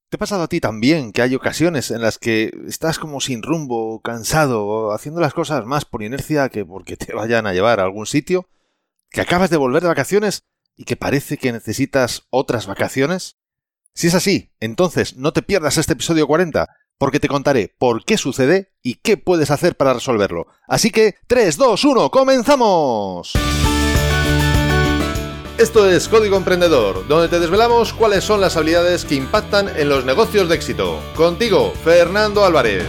¿Te ha pasado a ti también que hay ocasiones en las que estás como sin rumbo, cansado, o haciendo las cosas más por inercia que porque te vayan a llevar a algún sitio? ¿Que acabas de volver de vacaciones y que parece que necesitas otras vacaciones? Si es así, entonces no te pierdas este episodio 40, porque te contaré por qué sucede y qué puedes hacer para resolverlo. Así que, 3, 2, 1, ¡comenzamos! Esto es Código Emprendedor, donde te desvelamos cuáles son las habilidades que impactan en los negocios de éxito. Contigo, Fernando Álvarez.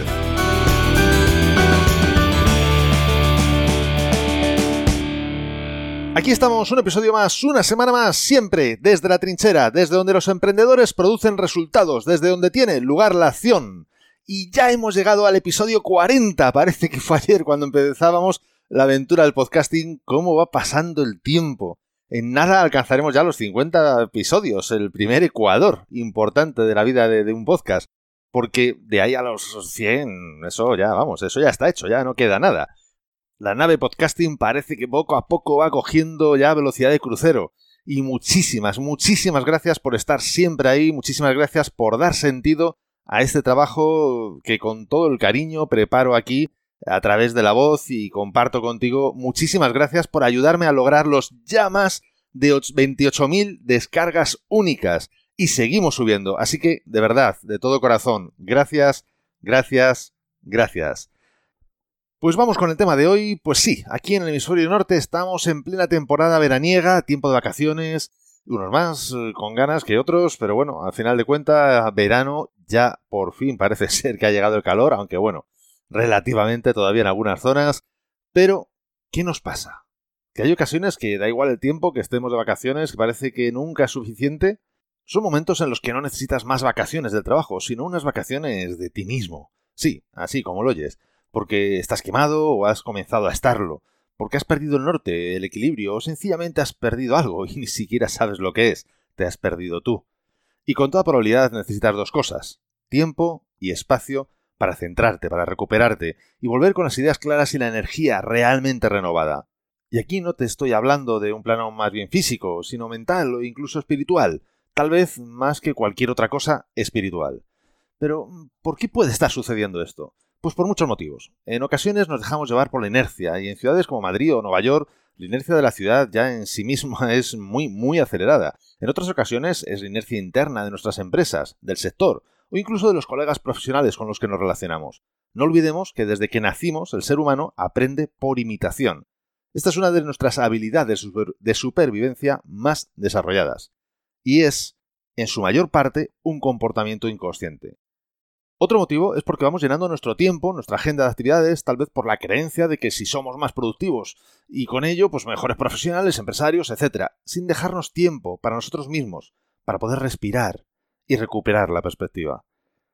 Aquí estamos, un episodio más, una semana más, siempre desde la trinchera, desde donde los emprendedores producen resultados, desde donde tiene lugar la acción. Y ya hemos llegado al episodio 40, parece que fue ayer cuando empezábamos la aventura del podcasting. ¿Cómo va pasando el tiempo? En nada alcanzaremos ya los 50 episodios, el primer ecuador importante de la vida de un podcast. Porque de ahí a los 100, eso ya está hecho, ya no queda nada. La nave podcasting parece que poco a poco va cogiendo ya velocidad de crucero. Y muchísimas gracias por estar siempre ahí, muchísimas gracias por dar sentido a este trabajo que con todo el cariño preparo aquí a través de la voz y comparto contigo. Muchísimas gracias por ayudarme a lograr los ya más de 28.000 descargas únicas. Y seguimos subiendo. Así que, de verdad, de todo corazón, gracias. Pues vamos con el tema de hoy. Pues sí, aquí en el hemisferio norte estamos en plena temporada veraniega, tiempo de vacaciones, unos más con ganas que otros, pero bueno, al final de cuentas, verano ya por fin parece ser que ha llegado el calor, aunque bueno, relativamente todavía en algunas zonas. Pero, ¿qué nos pasa? Que hay ocasiones que da igual el tiempo que estemos de vacaciones, que parece que nunca es suficiente. Son momentos en los que no necesitas más vacaciones del trabajo, sino unas vacaciones de ti mismo. Sí, así como lo oyes. Porque estás quemado o has comenzado a estarlo. Porque has perdido el norte, el equilibrio, o sencillamente has perdido algo y ni siquiera sabes lo que es. Te has perdido tú. Y con toda probabilidad necesitas dos cosas: tiempo y espacio para centrarte, para recuperarte y volver con las ideas claras y la energía realmente renovada. Y aquí no te estoy hablando de un plano más bien físico, sino mental o incluso espiritual. Tal vez más que cualquier otra cosa, espiritual. Pero, ¿por qué puede estar sucediendo esto? Pues por muchos motivos. En ocasiones nos dejamos llevar por la inercia, y en ciudades como Madrid o Nueva York, la inercia de la ciudad ya en sí misma es muy acelerada. En otras ocasiones es la inercia interna de nuestras empresas, del sector, o incluso de los colegas profesionales con los que nos relacionamos. No olvidemos que desde que nacimos el ser humano aprende por imitación. Esta es una de nuestras habilidades de supervivencia más desarrolladas. Y es, en su mayor parte, un comportamiento inconsciente. Otro motivo es porque vamos llenando nuestro tiempo, nuestra agenda de actividades, tal vez por la creencia de que si somos más productivos y con ello, pues mejores profesionales, empresarios, etc., sin dejarnos tiempo para nosotros mismos, para poder respirar y recuperar la perspectiva.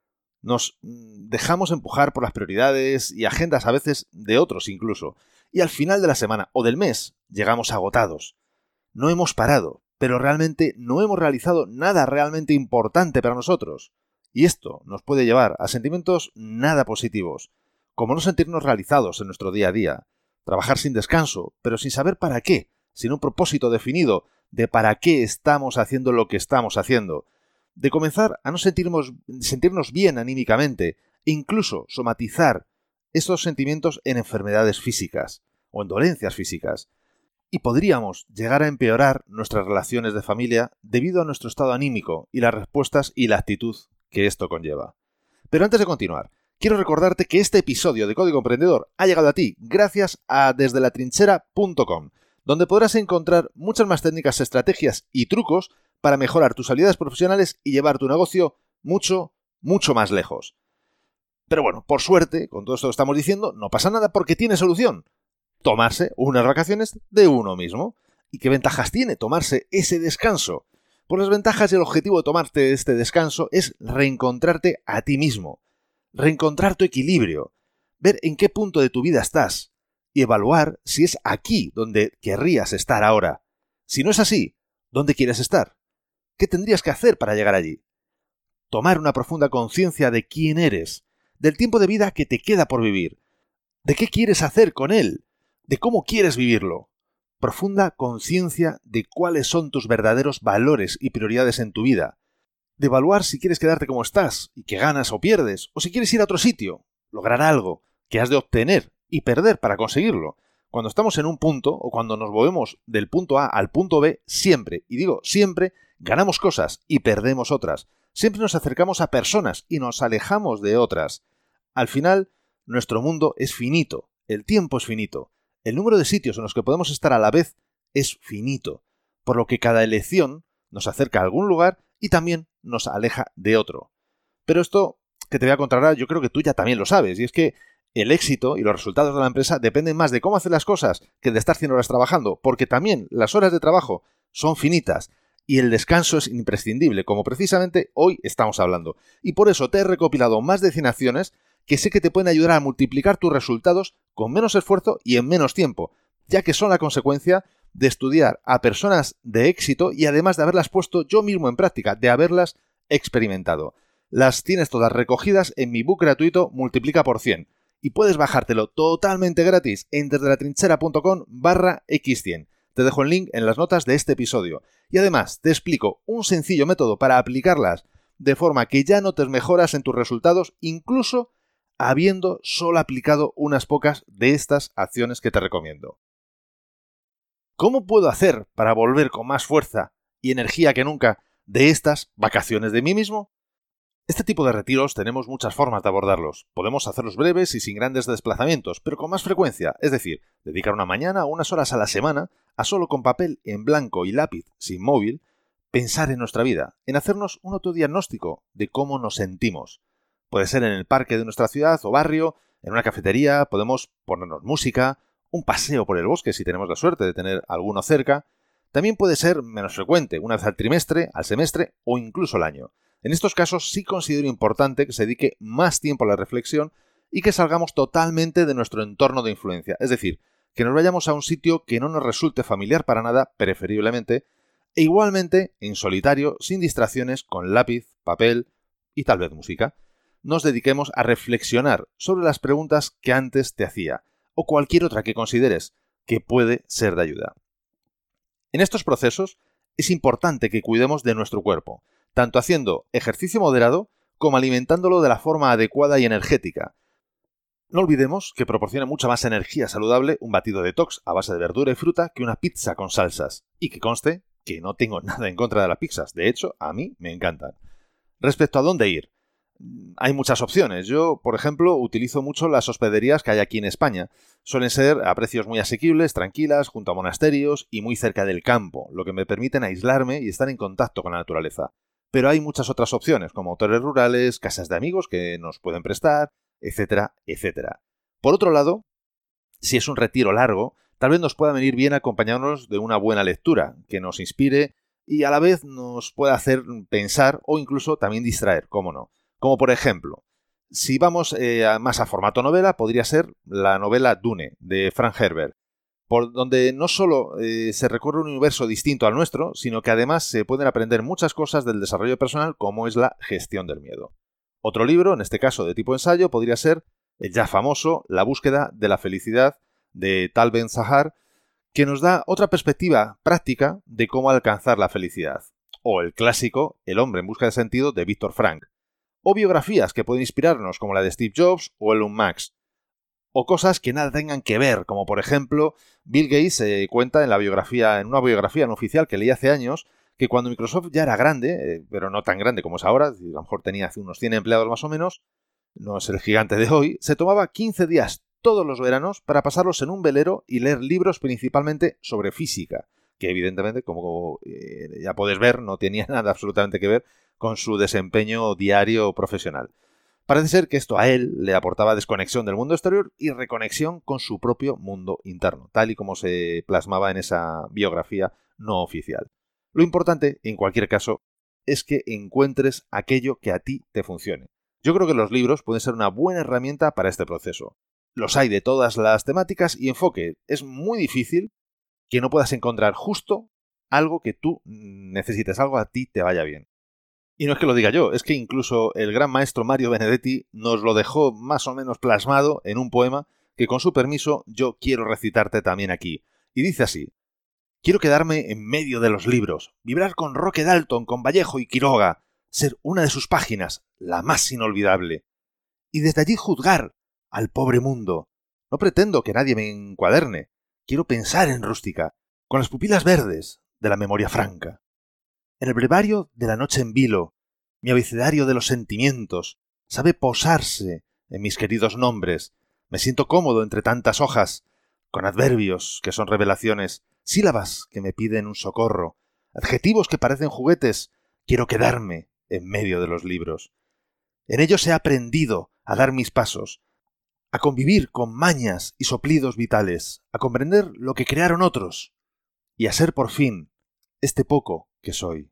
Nos dejamos empujar por las prioridades y agendas a veces de otros incluso, y al final de la semana o del mes llegamos agotados. No hemos parado, pero realmente no hemos realizado nada realmente importante para nosotros. Y esto nos puede llevar a sentimientos nada positivos, como no sentirnos realizados en nuestro día a día, trabajar sin descanso, pero sin saber para qué, sin un propósito definido de para qué estamos haciendo lo que estamos haciendo, de comenzar a no sentirnos bien anímicamente e incluso somatizar estos sentimientos en enfermedades físicas o en dolencias físicas. Y podríamos llegar a empeorar nuestras relaciones de familia debido a nuestro estado anímico y las respuestas y la actitud que esto conlleva. Pero antes de continuar, quiero recordarte que este episodio de Código Emprendedor ha llegado a ti gracias a desdelatrinchera.com, donde podrás encontrar muchas más técnicas, estrategias y trucos para mejorar tus habilidades profesionales y llevar tu negocio mucho más lejos. Pero bueno, por suerte, con todo esto que estamos diciendo, no pasa nada porque tiene solución: tomarse unas vacaciones de uno mismo. ¿Y qué ventajas tiene tomarse ese descanso? Pues las ventajas y el objetivo de tomarte este descanso es reencontrarte a ti mismo, reencontrar tu equilibrio, ver en qué punto de tu vida estás y evaluar si es aquí donde querrías estar ahora. Si no es así, ¿dónde quieres estar? ¿Qué tendrías que hacer para llegar allí? Tomar una profunda conciencia de quién eres, del tiempo de vida que te queda por vivir, de qué quieres hacer con él, de cómo quieres vivirlo. Profunda conciencia de cuáles son tus verdaderos valores y prioridades en tu vida. de evaluar si quieres quedarte como estás y que ganas o pierdes, o si quieres ir a otro sitio, lograr algo que has de obtener y perder para conseguirlo. Cuando estamos en un punto o cuando nos movemos del punto A al punto B, siempre, y digo siempre, ganamos cosas y perdemos otras. Siempre nos acercamos a personas y nos alejamos de otras. Al final, nuestro mundo es finito, el tiempo es finito, el número de sitios en los que podemos estar a la vez es finito, por lo que cada elección nos acerca a algún lugar y también nos aleja de otro. Pero esto que te voy a contar ahora yo creo que tú ya también lo sabes, y es que el éxito y los resultados de la empresa dependen más de cómo hacer las cosas que de estar 100 horas trabajando, porque también las horas de trabajo son finitas y el descanso es imprescindible, como precisamente hoy estamos hablando. Y por eso te he recopilado más de 100 acciones que sé que te pueden ayudar a multiplicar tus resultados con menos esfuerzo y en menos tiempo, ya que son la consecuencia de estudiar a personas de éxito y además de haberlas puesto yo mismo en práctica, de haberlas experimentado. Las tienes todas recogidas en mi book gratuito Multiplica por 100 y puedes bajártelo totalmente gratis en desdelatrinchera.com/x100. Te dejo el link en las notas de este episodio. Y además te explico un sencillo método para aplicarlas de forma que ya notes mejoras en tus resultados, incluso habiendo solo aplicado unas pocas de estas acciones que te recomiendo. ¿Cómo puedo hacer para volver con más fuerza y energía que nunca de estas vacaciones de mí mismo? Este tipo de retiros tenemos muchas formas de abordarlos. Podemos hacerlos breves y sin grandes desplazamientos, pero con más frecuencia, es decir, dedicar una mañana o unas horas a la semana a solo con papel en blanco y lápiz sin móvil, pensar en nuestra vida, en hacernos un autodiagnóstico de cómo nos sentimos. Puede ser en el parque de nuestra ciudad o barrio, en una cafetería, podemos ponernos música, un paseo por el bosque si tenemos la suerte de tener alguno cerca. También puede ser menos frecuente, una vez al trimestre, al semestre o incluso al año. En estos casos sí considero importante que se dedique más tiempo a la reflexión y que salgamos totalmente de nuestro entorno de influencia, es decir, que nos vayamos a un sitio que no nos resulte familiar para nada, preferiblemente, e igualmente en solitario, sin distracciones, con lápiz, papel y tal vez música, nos dediquemos a reflexionar sobre las preguntas que antes te hacía, o cualquier otra que consideres que puede ser de ayuda. En estos procesos es importante que cuidemos de nuestro cuerpo, tanto haciendo ejercicio moderado como alimentándolo de la forma adecuada y energética. No olvidemos que proporciona mucha más energía saludable un batido detox a base de verdura y fruta que una pizza con salsas. Y que conste que no tengo nada en contra de las pizzas, de hecho, a mí me encantan. Respecto a dónde ir, hay muchas opciones. Yo, por ejemplo, utilizo mucho las hospederías que hay aquí en España. Suelen ser a precios muy asequibles, tranquilas, junto a monasterios y muy cerca del campo, lo que me permiten aislarme y estar en contacto con la naturaleza. Pero hay muchas otras opciones, como hoteles rurales, casas de amigos que nos pueden prestar, etcétera, etcétera. Por otro lado, si es un retiro largo, tal vez nos pueda venir bien acompañarnos de una buena lectura, que nos inspire y a la vez nos pueda hacer pensar o incluso también distraer, cómo no. Como por ejemplo, si vamos más a formato novela, podría ser la novela Dune, de Frank Herbert, por donde no solo se recorre un universo distinto al nuestro, sino que además se pueden aprender muchas cosas del desarrollo personal, como es la gestión del miedo. Otro libro, en este caso de tipo ensayo, podría ser el ya famoso La búsqueda de la felicidad, de Tal Ben-Zahar, que nos da otra perspectiva práctica de cómo alcanzar la felicidad. O el clásico El hombre en busca de sentido, de Víctor Frank. O biografías que pueden inspirarnos, como la de Steve Jobs o Elon Musk. O cosas que nada tengan que ver, como por ejemplo, Bill Gates cuenta en una biografía no oficial que leí hace años, que cuando Microsoft ya era grande, pero no tan grande como es ahora, a lo mejor tenía hace unos 100 empleados más o menos, no es el gigante de hoy, se tomaba 15 días todos los veranos para pasarlos en un velero y leer libros principalmente sobre física, que evidentemente, como ya puedes ver, no tenía nada absolutamente que ver con su desempeño diario profesional. Parece ser que esto a él le aportaba desconexión del mundo exterior y reconexión con su propio mundo interno, tal y como se plasmaba en esa biografía no oficial. Lo importante, en cualquier caso, es que encuentres aquello que a ti te funcione. Yo creo que los libros pueden ser una buena herramienta para este proceso. Los hay de todas las temáticas y enfoque. Es muy difícil que no puedas encontrar justo algo que tú necesites, algo a ti te vaya bien. Y no es que lo diga yo, es que incluso el gran maestro Mario Benedetti nos lo dejó más o menos plasmado en un poema que con su permiso yo quiero recitarte también aquí. Y dice así: quiero quedarme en medio de los libros, vibrar con Roque Dalton, con Vallejo y Quiroga, ser una de sus páginas, la más inolvidable. Y desde allí juzgar al pobre mundo. No pretendo que nadie me encuaderne. Quiero pensar en rústica, con las pupilas verdes de la memoria franca. En el brevario de la noche en vilo, mi abecedario de los sentimientos sabe posarse en mis queridos nombres. Me siento cómodo entre tantas hojas, con adverbios que son revelaciones, sílabas que me piden un socorro, adjetivos que parecen juguetes. Quiero quedarme en medio de los libros. En ellos he aprendido a dar mis pasos, a convivir con mañas y soplidos vitales, a comprender lo que crearon otros y a ser por fin este poco que soy.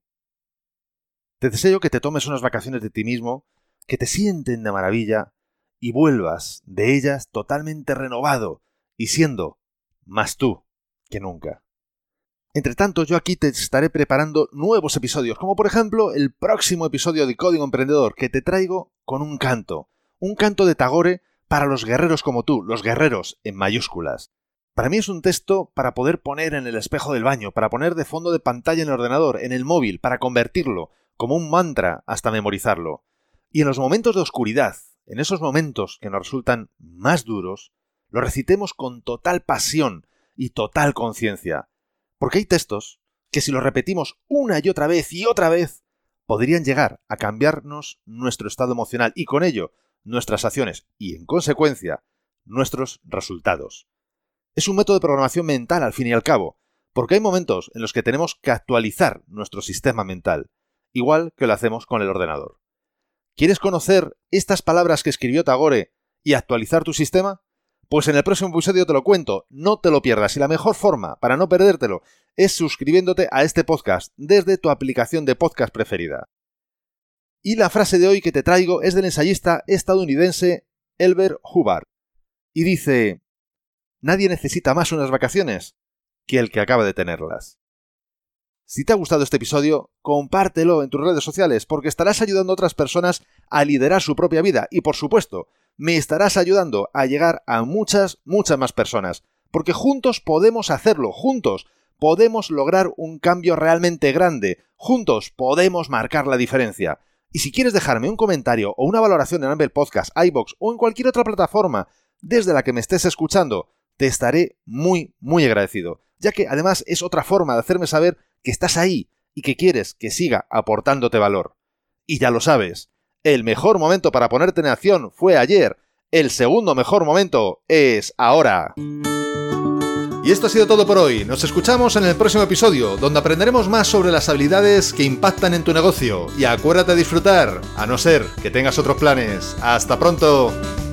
Te deseo que te tomes unas vacaciones de ti mismo, que te sienten de maravilla y vuelvas de ellas totalmente renovado y siendo más tú que nunca. Entre tanto, yo aquí te estaré preparando nuevos episodios, como por ejemplo el próximo episodio de Código Emprendedor, que te traigo con un canto de Tagore para los guerreros como tú, los guerreros en mayúsculas. Para mí es un texto para poder poner en el espejo del baño, para poner de fondo de pantalla en el ordenador, en el móvil, para convertirlo como un mantra hasta memorizarlo. Y en los momentos de oscuridad, en esos momentos que nos resultan más duros, lo recitemos con total pasión y total conciencia. Porque hay textos que si los repetimos una y otra vez, podrían llegar a cambiarnos nuestro estado emocional y con ello nuestras acciones y, en consecuencia, nuestros resultados. Es un método de programación mental al fin y al cabo, porque hay momentos en los que tenemos que actualizar nuestro sistema mental, igual que lo hacemos con el ordenador. ¿Quieres conocer estas palabras que escribió Tagore y actualizar tu sistema? Pues en el próximo episodio te lo cuento, no te lo pierdas, y la mejor forma para no perdértelo es suscribiéndote a este podcast desde tu aplicación de podcast preferida. Y la frase de hoy que te traigo es del ensayista estadounidense Elbert Hubbard, y dice: nadie necesita más unas vacaciones que el que acaba de tenerlas. Si te ha gustado este episodio, compártelo en tus redes sociales porque estarás ayudando a otras personas a liderar su propia vida y, por supuesto, me estarás ayudando a llegar a muchas más personas, porque juntos podemos hacerlo, juntos podemos lograr un cambio realmente grande, juntos podemos marcar la diferencia. Y si quieres dejarme un comentario o una valoración en Apple Podcast, iVoox o en cualquier otra plataforma desde la que me estés escuchando, te estaré muy agradecido, ya que además es otra forma de hacerme saber que estás ahí y que quieres que siga aportándote valor. Y ya lo sabes, el mejor momento para ponerte en acción fue ayer, el segundo mejor momento es ahora. Y esto ha sido todo por hoy. Nos escuchamos en el próximo episodio, donde aprenderemos más sobre las habilidades que impactan en tu negocio. Y acuérdate de disfrutar, a no ser que tengas otros planes. ¡Hasta pronto!